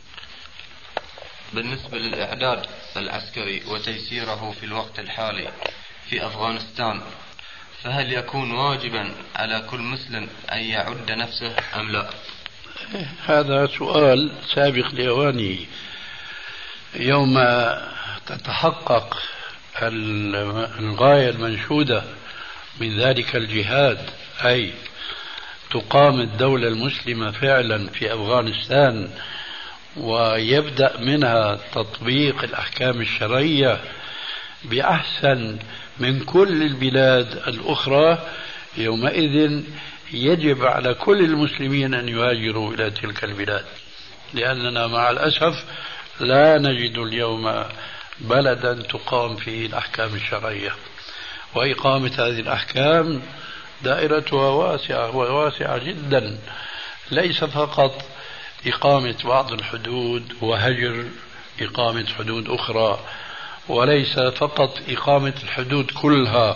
بالنسبة للإعداد العسكري وتيسيره في الوقت الحالي في أفغانستان، فهل يكون واجبا على كل مسلم أن يعد نفسه أم لا؟ هذا سؤال سابق لأوانه. يوم تتحقق الغاية المنشودة من ذلك الجهاد، أي تقام الدولة المسلمة فعلا في أفغانستان ويبدأ منها تطبيق الأحكام الشرعية بأحسن من كل البلاد الأخرى، يومئذ يجب على كل المسلمين أن يهاجروا إلى تلك البلاد، لأننا مع الأسف لا نجد اليوم بلدا تقام فيه الأحكام الشرعية. وإقامة هذه الأحكام دائرتها واسعة وواسعة جدا، ليس فقط إقامة بعض الحدود وهجر إقامة حدود أخرى، وليس فقط إقامة الحدود كلها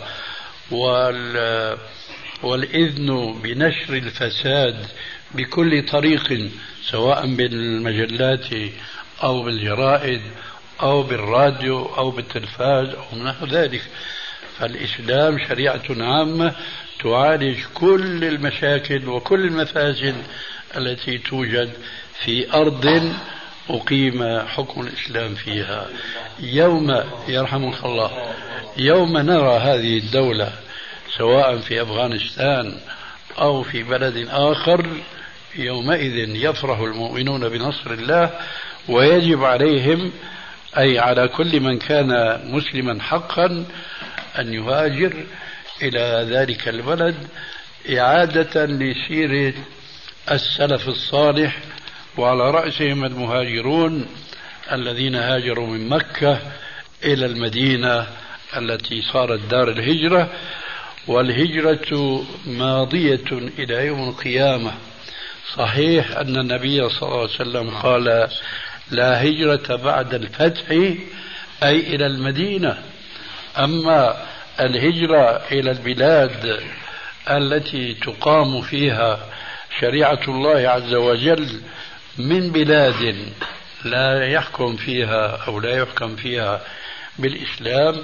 والإذن بنشر الفساد بكل طريق، سواء بالمجلات أو بالجرائد أو بالراديو أو بالتلفاز أو نحو ذلك. فالإسلام شريعة عامة تعالج كل المشاكل وكل المفاسد التي توجد في أرض أقيم حكم الإسلام فيها. يوم يرحمك الله، يوم نرى هذه الدولة سواء في أفغانستان أو في بلد آخر، يومئذ يفرح المؤمنون بنصر الله، ويجب عليهم أي على كل من كان مسلما حقا أن يهاجر إلى ذلك البلد إعادة لسيرة السلف الصالح، وعلى رأسهم المهاجرون الذين هاجروا من مكة إلى المدينة التي صارت دار الهجرة. والهجرة ماضية إلى يوم القيامة. صحيح أن النبي صلى الله عليه وسلم قال لا هجرة بعد الفتح، أي إلى المدينة. أما الهجرة إلى البلاد التي تقام فيها شريعة الله عز وجل من بلاد لا يحكم فيها أو لا يحكم فيها بالإسلام،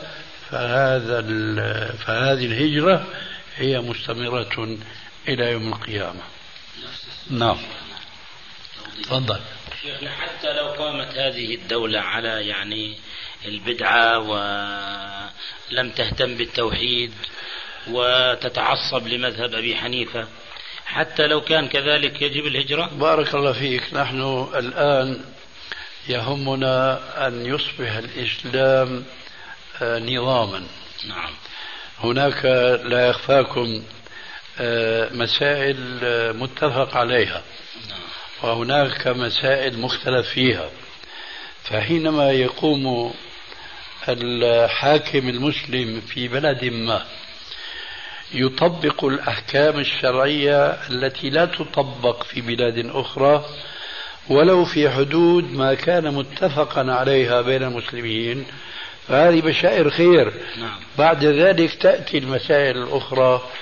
فهذه الهجرة هي مستمرة إلى يوم القيامة. نعم، تفضل. حتى لو قامت هذه الدولة على يعني البدعة ولم تهتم بالتوحيد وتتعصب لمذهب أبي حنيفة، حتى لو كان كذلك يجب الهجرة؟ بارك الله فيك. نحن الآن يهمنا أن يصبح الإسلام نظاما. نعم. هناك لا يخفاكم مسائل متفق عليها، وهناك مسائل مختلف فيها. فحينما يقوم الحاكم المسلم في بلد ما يطبق الأحكام الشرعية التي لا تطبق في بلاد أخرى، ولو في حدود ما كان متفقا عليها بين المسلمين، فهذه بشائر خير. نعم. بعد ذلك تأتي المسائل الأخرى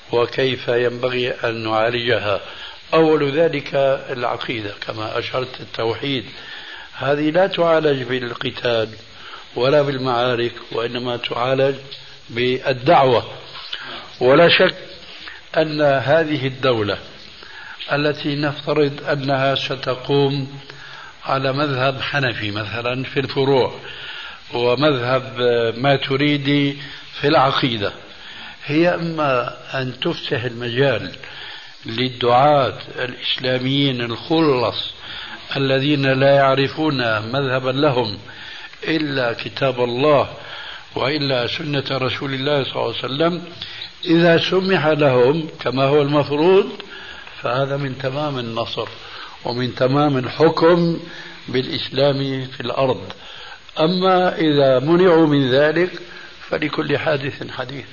وكيف ينبغي أن نعالجها. أول ذلك العقيدة كما أشرت، التوحيد، هذه لا تعالج بالقتال ولا بالمعارك، وإنما تعالج بالدعوة. ولا شك أن هذه الدولة التي نفترض أنها ستقوم على مذهب حنفي مثلا في الفروع، ومذهب ماتريدي في العقيدة، هي إما أن تفتح المجال للدعاة الإسلاميين الخلص الذين لا يعرفون مذهبا لهم إلا كتاب الله وإلا سنة رسول الله صلى الله عليه وسلم، إذا سمح لهم كما هو المفروض فهذا من تمام النصر ومن تمام الحكم بالإسلام في الأرض. أما إذا منعوا من ذلك فلكل حادث حديث.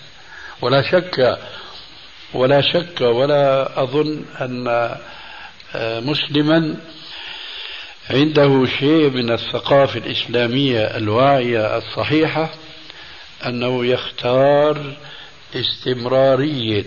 ولا شك ولا أظن أن مسلما عنده شيء من الثقافة الإسلامية الواعية الصحيحة أنه يختار استمرارية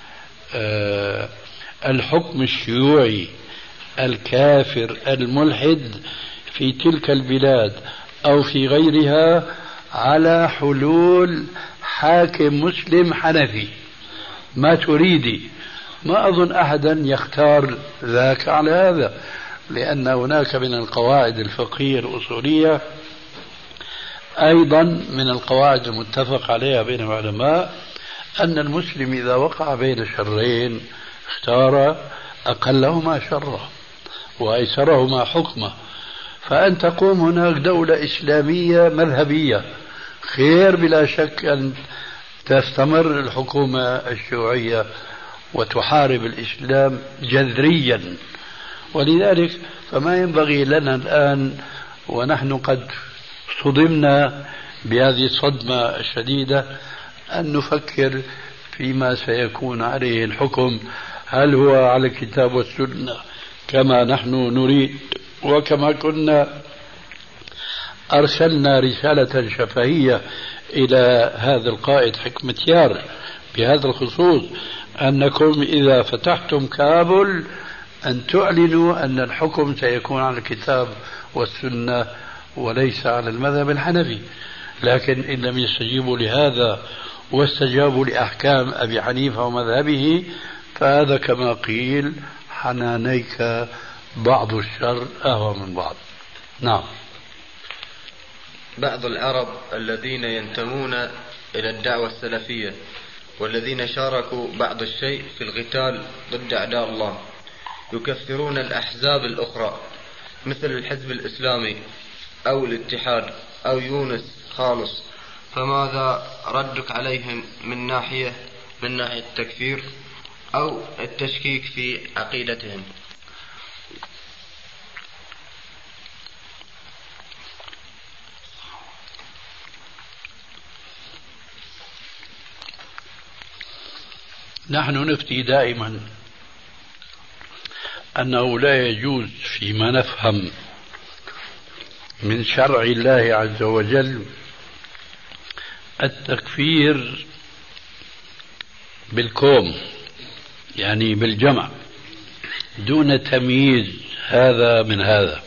الحكم الشيوعي الكافر الملحد في تلك البلاد أو في غيرها على حلول حاكم مسلم حنفي ما تريدي. ما أظن أحدا يختار ذاك على هذا، لأن هناك من القواعد الفقهية الأصولية أيضا من القواعد المتفق عليها بين العلماء أن المسلم إذا وقع بين شرين اختار أقلهما شرا وأيسرهما حكما. فأن تقوم هناك دولة إسلامية مذهبية خير بلا شك أن تستمر الحكومة الشيوعية وتحارب الإسلام جذريا. ولذلك فما ينبغي لنا الآن ونحن قد صدمنا بهذه الصدمة الشديدة أن نفكر فيما سيكون عليه الحكم، هل هو على الكتاب والسنة كما نحن نريد وكما كنا أرسلنا رسالة شفهية إلى هذا القائد حكمتيار بهذا الخصوص أنكم إذا فتحتم كابل أن تعلنوا أن الحكم سيكون على الكتاب والسنة وليس على المذهب الحنفي. لكن إن لم يستجيبوا لهذا واستجابوا لأحكام أبي حنيفة ومذهبه فهذا كما قيل حنانيك بعض الشر أهوى من بعض. نعم. بعض العرب الذين ينتمون إلى الدعوة السلفية والذين شاركوا بعض الشيء في القتال ضد أعداء الله يكفرون الأحزاب الأخرى مثل الحزب الإسلامي أو الاتحاد أو يونس خالص، فماذا ردك عليهم من ناحية التكفير أو التشكيك في عقيدتهم؟ نحن نفتي دائما أنه لا يجوز فيما نفهم من شرع الله عز وجل التكفير بالكوم، يعني بالجمع دون تمييز هذا من هذا.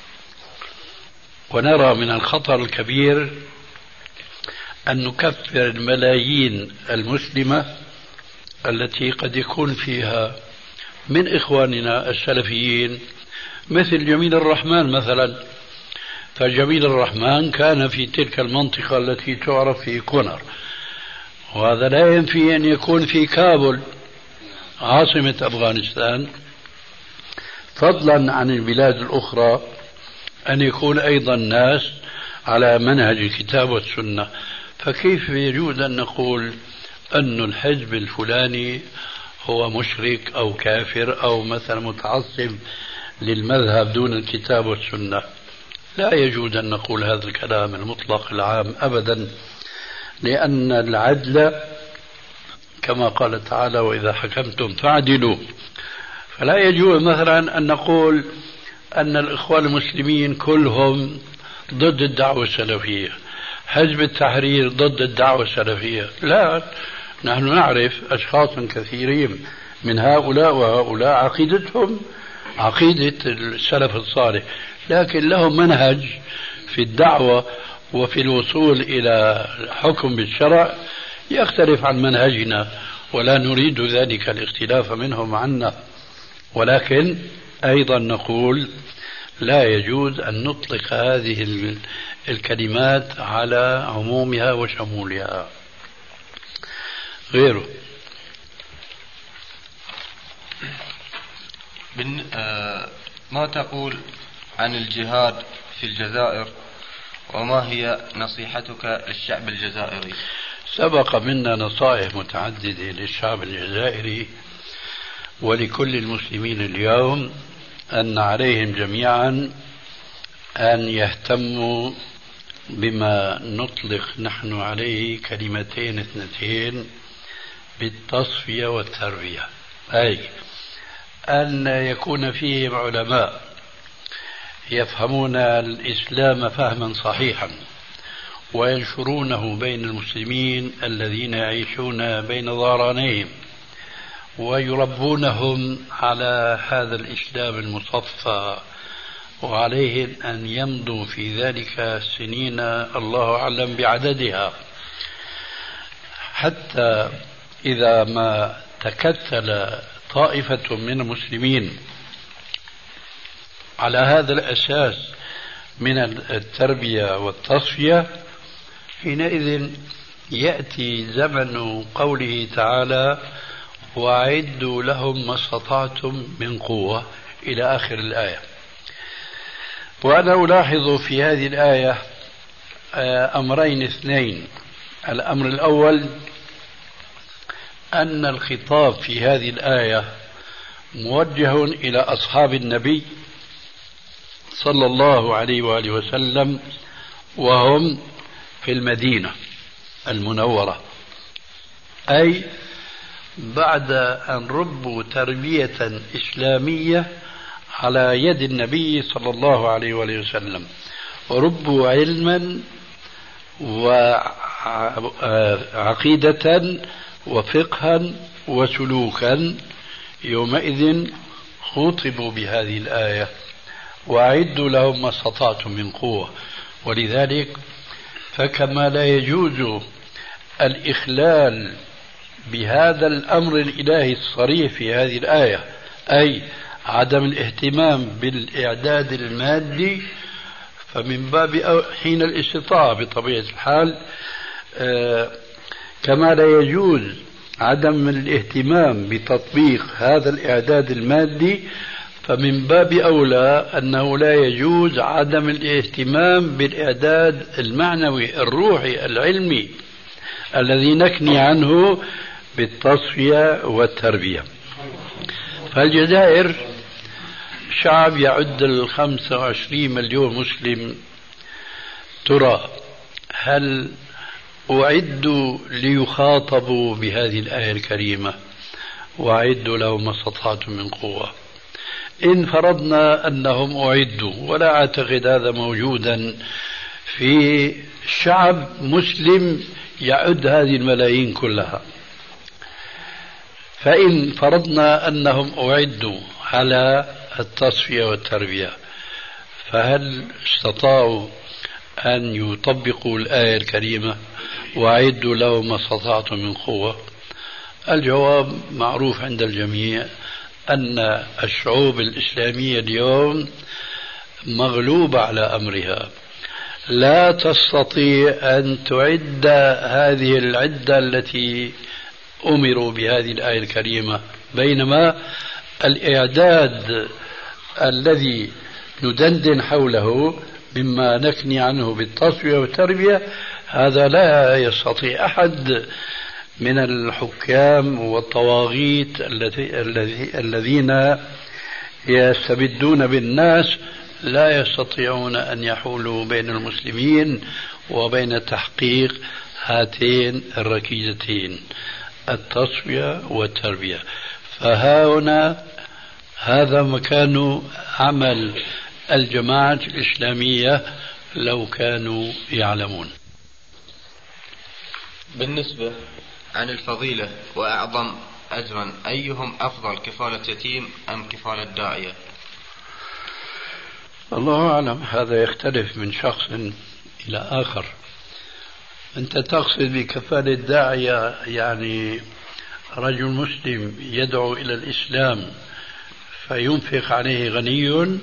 ونرى من الخطر الكبير أن نكفر الملايين المسلمة التي قد يكون فيها من إخواننا السلفيين مثل جميل الرحمن مثلا. فجميل الرحمن كان في تلك المنطقة التي تعرف في كونر، وهذا لا ينفي أن يكون في كابل عاصمة أفغانستان، فضلا عن البلاد الأخرى أن يكون أيضا ناس على منهج الكتاب والسنة. فكيف يجوز أن نقول أن الحزب الفلاني هو مشرك أو كافر أو مثلا متعصب للمذهب دون الكتاب والسنة؟ لا يجوز أن نقول هذا الكلام المطلق العام أبدا، لأن العدل كما قال تعالى وإذا حكمتم فاعدلوا. فلا يجوز مثلا أن نقول أن الإخوان المسلمين كلهم ضد الدعوة السلفية، حزب التحرير ضد الدعوة السلفية. لا، نحن نعرف أشخاصا كثيرين من هؤلاء وهؤلاء عقيدتهم عقيدة السلف الصالح، لكن لهم منهج في الدعوة وفي الوصول إلى حكم بالشرع يختلف عن منهجنا، ولا نريد ذلك الاختلاف منهم عنا، ولكن أيضا نقول لا يجوز أن نطلق هذه الكلمات على عمومها وشمولها. غيره ما تقول عن الجهاد في الجزائر، وما هي نصيحتك للشعب الجزائري؟ سبق منا نصائح متعددة للشعب الجزائري ولكل المسلمين اليوم أن عليهم جميعا أن يهتموا بما نطلق نحن عليه كلمتين اثنتين بالتصفية والتربية، أي أن يكون فيهم علماء يفهمون الإسلام فهما صحيحا وينشرونه بين المسلمين الذين يعيشون بين ظهرانيهم ويربونهم على هذا الإسلام المصفى، وعليهم أن يمضوا في ذلك سنين الله أعلم بعددها، حتى إذا ما تكتل طائفة من المسلمين على هذا الأساس من التربية والتصفية، حينئذ يأتي زمن قوله تعالى وأعدوا لهم ما استطعتم من قوة إلى آخر الآية. وأنا ألاحظ في هذه الآية أمرين اثنين. الأمر الأول أن الخطاب في هذه الآية موجه إلى أصحاب النبي صلى الله عليه وآله وسلم وهم في المدينة المنورة، أي بعد أن ربوا تربية إسلامية على يد النبي صلى الله عليه وآله وسلم، وربوا علما وعقيدة وفقها وسلوكا، يومئذ خاطبوا بهذه الآية وأعدوا لهم ما استطعتم من قوة. ولذلك فكما لا يجوز الإخلال بهذا الأمر الإلهي الصريح في هذه الآية، أي عدم الاهتمام بالإعداد المادي، فمن باب حين الاستطاعة بطبيعة الحال، كما لا يجوز عدم الاهتمام بتطبيق هذا الإعداد المادي، فمن باب أولى أنه لا يجوز عدم الاهتمام بالإعداد المعنوي الروحي العلمي الذي نكني عنه بالتصفية والتربية. فالجزائر شعب يعد 25 مليون مسلم، ترى هل أعدوا ليخاطبوا بهذه الآية الكريمة وأعدوا لهم ما استطعتم من قوة؟ إن فرضنا أنهم أعدوا، ولا أعتقد هذا موجودا في شعب مسلم يعد هذه الملايين كلها، فإن فرضنا أنهم أعدوا على التصفية والتربية، فهل استطاعوا أن يطبقوا الآية الكريمة وأعدوا لهم ما استطعتم من قوة؟ الجواب معروف عند الجميع أن الشعوب الإسلامية اليوم مغلوبة على أمرها، لا تستطيع أن تعد هذه العدة التي أمروا بهذه الآية الكريمة، بينما الإعداد الذي ندندن حوله مما نكني عنه بالتصفية والتربية، هذا لا يستطيع أحد من الحكام والطواغيت الذين يستبدون بالناس، لا يستطيعون أن يحولوا بين المسلمين وبين تحقيق هاتين الركيزتين، التصفية والتربية. فهنا هذا مكان عمل الجماعة الإسلامية لو كانوا يعلمون. بالنسبة عن الفضيلة وأعظم أجرا، أيهم أفضل، كفالة يتيم أم كفالة داعية؟ الله أعلم، هذا يختلف من شخص إلى آخر. أنت تقصد بكفالة داعية يعني رجل مسلم يدعو إلى الإسلام فينفق عليه غني،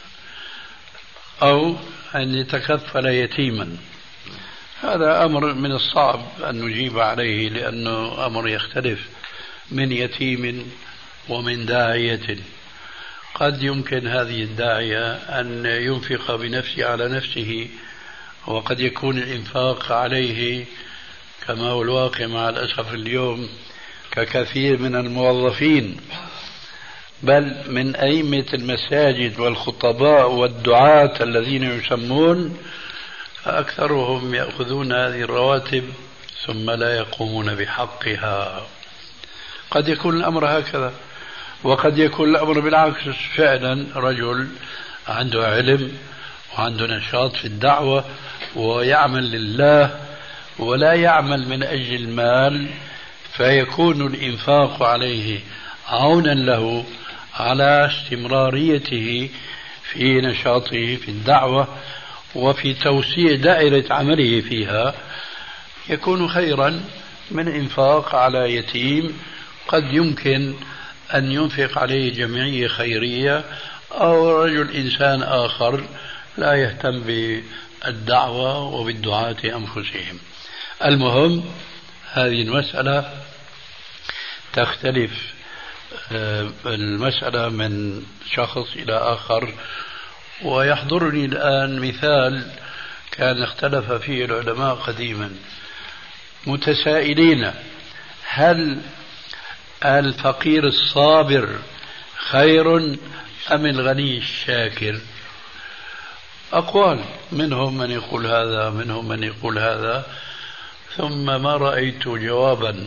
أو أن يتكفل يتيما؟ هذا أمر من الصعب أن نجيب عليه، لأنه أمر يختلف من يتيم ومن داعية. قد يمكن هذه الداعية أن ينفق بنفسه على نفسه، وقد يكون الإنفاق عليه كما هو الواقع مع الأسف اليوم ككثير من الموظفين، بل من أئمة المساجد والخطباء والدعاة الذين يسمون، فأكثرهم يأخذون هذه الرواتب ثم لا يقومون بحقها. قد يكون الأمر هكذا، وقد يكون الأمر بالعكس، فعلا رجل عنده علم وعنده نشاط في الدعوة ويعمل لله ولا يعمل من أجل المال، فيكون الإنفاق عليه عونا له على استمراريته في نشاطه في الدعوة وفي توسيع دائرة عمله فيها، يكون خيرا من إنفاق على يتيم قد يمكن أن ينفق عليه جمعية خيرية أو رجل إنسان آخر لا يهتم بالدعوة وبالدعاة أنفسهم. المهم هذه المسألة تختلف المسألة من شخص إلى آخر. ويحضرني الآن مثال كان اختلف فيه العلماء قديما، متسائلين: هل الفقير الصابر خير أم الغني الشاكر؟ أقوال، منهم من يقول هذا منهم من يقول هذا، ثم ما رأيت جوابا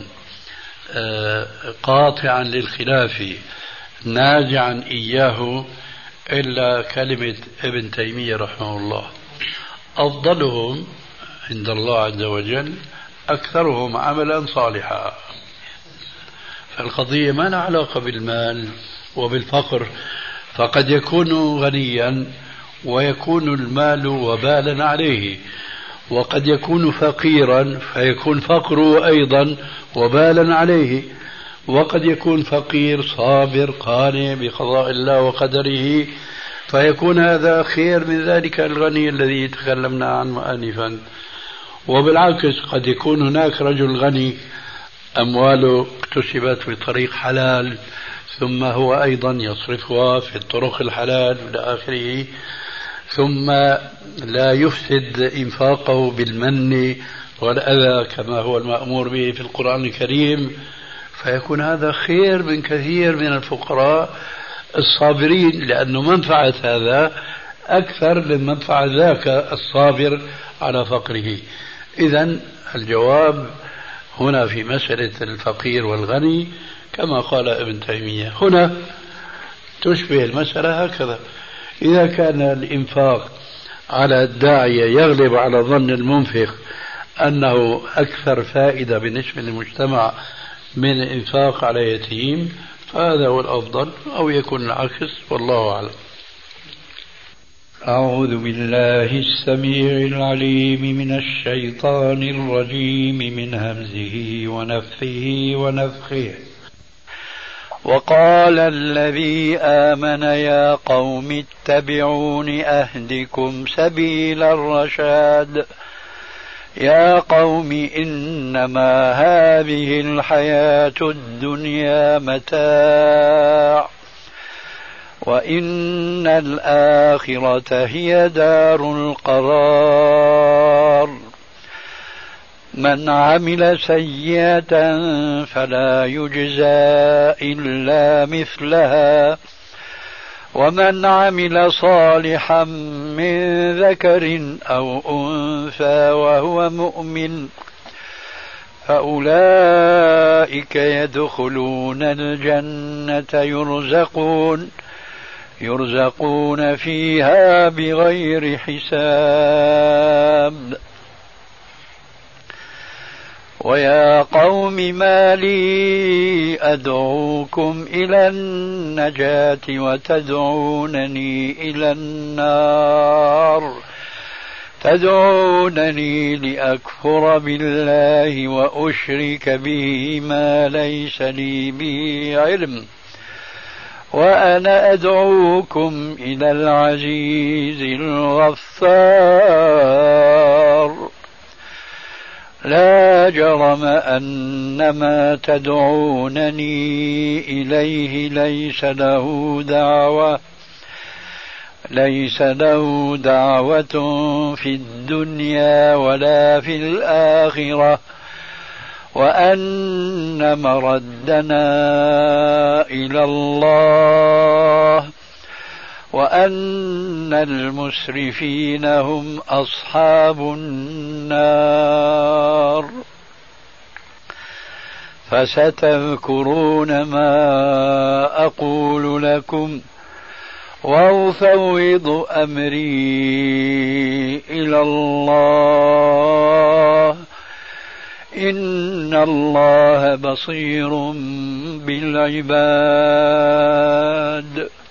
قاطعا للخلاف نازعا إياه إلا كلمة ابن تيمية رحمه الله: أفضلهم عند الله عز وجل أكثرهم عملا صالحا. فالقضية ما لها علاقة بالمال وبالفقر، فقد يكون غنيا ويكون المال وبالا عليه، وقد يكون فقيرا فيكون فقره أيضا وبالا عليه، وقد يكون فقير صابر قانع بقضاء الله وقدره فيكون هذا خير من ذلك الغني الذي تكلمنا عنه آنفا. وبالعكس قد يكون هناك رجل غني أمواله اكتسبت بطريق حلال ثم هو أيضا يصرفها في الطرق الحلال إلى آخره، ثم لا يفسد إنفاقه بالمن والأذى كما هو المأمور به في القرآن الكريم، فيكون هذا خير من كثير من الفقراء الصابرين، لأن منفعة هذا أكثر من منفعة ذاك الصابر على فقره. إذن الجواب هنا في مسألة الفقير والغني كما قال ابن تيمية. هنا تشبه المسألة هكذا: إذا كان الإنفاق على الداعية يغلب على ظن المنفق أنه أكثر فائدة بالنسبة للمجتمع من الإنفاق على يتيم، فهذا هو الأفضل، أو يكون العكس، والله أعلم. أعوذ بالله السميع العليم من الشيطان الرجيم من همزه ونفثه ونفخه. وقال الذي آمن يا قوم اتبعون أهدكم سبيل الرشاد. يا قوم إنما هذه الحياة الدنيا متاع وإن الآخرة هي دار القرار. من عمل سيئة فلا يجزى إلا مثلها ومن عمل صالحا من ذكر أو أنثى وهو مؤمن فأولئك يدخلون الجنة يرزقون فيها بغير حساب. ويا قوم ما لي أدعوكم إلى النجاة وتدعونني إلى النار تدعونني لأكفر بالله وأشرك به ما ليس لي به علم وأنا أدعوكم إلى العزيز الغفار لا جرم أن ما تدعونني إليه ليس له دعوة في الدنيا ولا في الآخرة وأن مردنا إلى الله وأن المسرفين هم أصحاب النار فستذكرون ما أقول لكم وأفوض أمري إلى الله إن الله بصير بالعباد